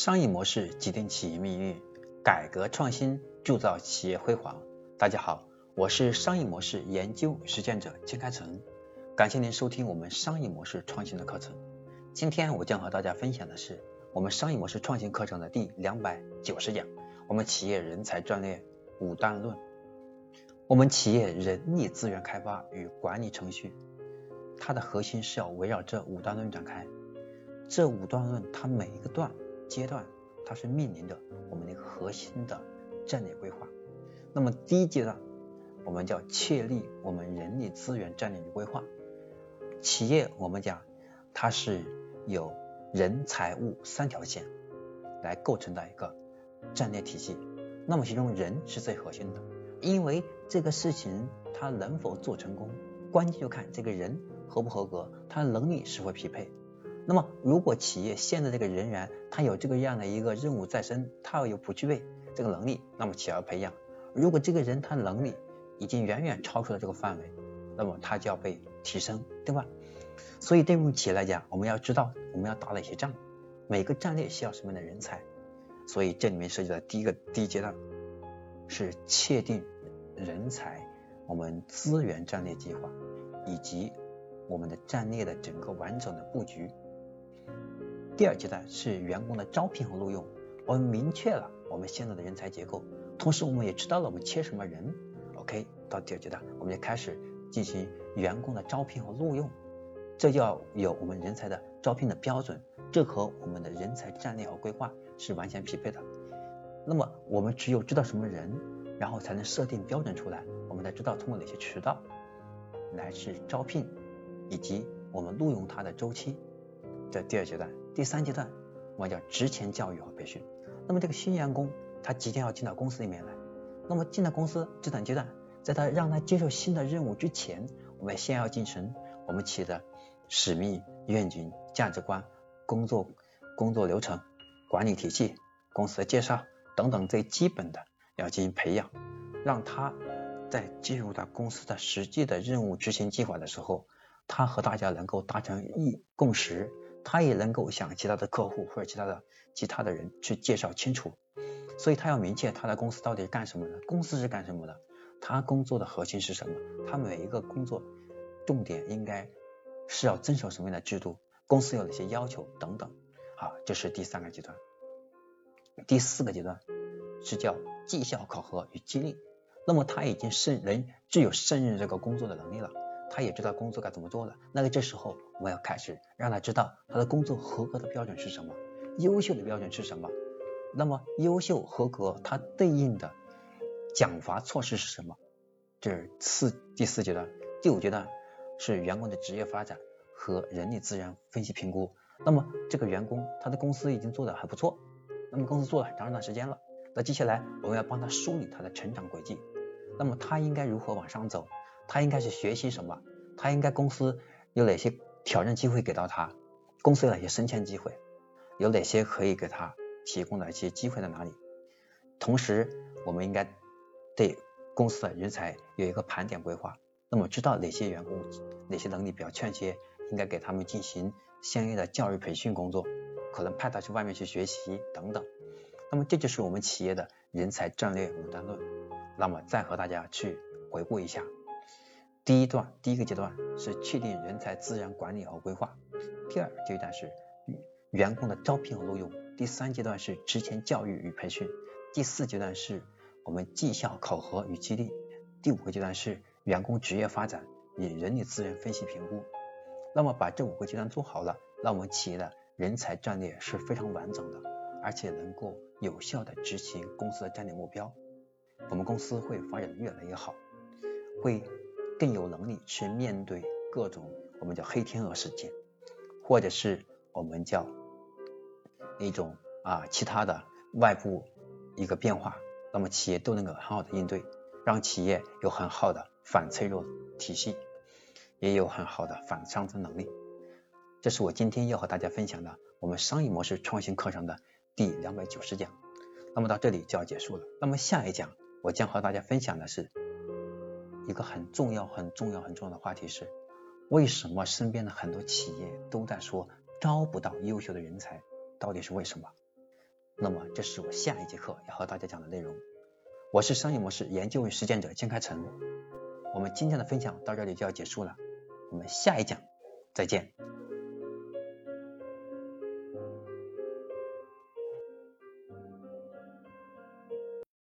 商业模式决定企业命运，改革创新铸造企业辉煌。大家好，我是商业模式研究实践者金开成，感谢您收听我们商业模式创新的课程。今天我将和大家分享的是我们商业模式创新课程的第290讲，我们企业人才战略5段论。我们企业人力资源开发与管理程序，它的核心是要围绕这5段论展开。这5段论它每一个阶段它是面临着我们的一个核心的战略规划。那么第一阶段我们叫确立我们人力资源战略的规划。企业我们讲它是有人财物3条线来构成的一个战略体系。那么其中人是最核心的，因为这个事情它能否做成功，关键就看这个人合不合格，他的能力是否匹配。那么如果企业现在这个人员他有这个样的一个任务在身，他有不具备这个能力，那么企业要培养。如果这个人他能力已经远远超出了这个范围，那么他就要被提升，对吧？所以对于企业来讲，我们要知道我们要打哪些仗，每个战略需要什么样的人才。所以这里面涉及到第一阶段是确定人才我们资源战略计划以及我们的战略的整个完整的布局。第二阶段是员工的招聘和录用，我们明确了我们现在的人才结构，同时我们也知道了我们缺什么人。 OK， 到第二阶段我们就开始进行员工的招聘和录用，这就要有我们人才的招聘的标准，这和我们的人才战略和规划是完全匹配的。那么我们只有知道什么人，然后才能设定标准出来，我们才知道通过哪些渠道来去招聘以及我们录用他的周期。这第二阶段。第三阶段我们叫职前教育和培训。那么这个新员工他即将要进到公司里面来，那么进到公司这段阶段，在他让他接受新的任务之前，我们先要进行我们企业的使命、愿景、价值观、工作流程、管理体系、公司的介绍等等最基本的要进行培养，让他在进入到公司的实际的任务执行计划的时候，他和大家能够达成共识，他也能够向其他的客户或者其他的人去介绍清楚。所以他要明确他的公司到底是干什么的，公司是干什么的，他工作的核心是什么，他每一个工作重点应该是要遵守什么样的制度，公司有哪些要求等等。好，这是第3个阶段。第4个阶段是叫绩效考核与激励。那么他已经具有胜任这个工作的能力了，他也知道工作该怎么做了，那个这时候我们要开始让他知道他的工作合格的标准是什么，优秀的标准是什么，那么优秀合格它对应的奖罚措施是什么。这是第4阶段。第5阶段是员工的职业发展和人力资源分析评估。那么这个员工他的公司已经做得还不错，那么公司做了很长一段时间了，那接下来我们要帮他梳理他的成长轨迹，那么他应该如何往上走，他应该是学习什么，他应该公司有哪些挑战机会给到他，公司有哪些升迁机会，有哪些可以给他提供的一些机会在哪里。同时我们应该对公司的人才有一个盘点规划，那么知道哪些员工哪些能力比较欠缺，应该给他们进行相应的教育培训工作，可能派他去外面去学习等等。那么这就是我们企业的人才战略5段论。那么再和大家去回顾一下。第一个阶段是确定人才资源管理和规划，第2阶段是员工的招聘和录用，第3阶段是职前教育与培训，第4阶段是我们绩效考核与激励，第5个阶段是员工职业发展与人力资源分析评估。那么把这5个阶段做好了，那我们企业的人才战略是非常完整的，而且能够有效的执行公司的战略目标，我们公司会发展越来越好，会更有能力去面对各种我们叫黑天鹅事件，或者是我们叫一种其他的外部一个变化，那么企业都能够很好的应对，让企业有很好的反脆弱体系，也有很好的反上升能力。这是我今天要和大家分享的我们商业模式创新课程的第290讲。那么到这里就要结束了。那么下一讲我将和大家分享的是一个很重要的话题，是为什么身边的很多企业都在说招不到优秀的人才，到底是为什么？ 那么这是我下一节课要和大家讲的内容。我是商业模式研究与实践者金开成，我们今天的分享到这里就要结束了，我们下一讲再见。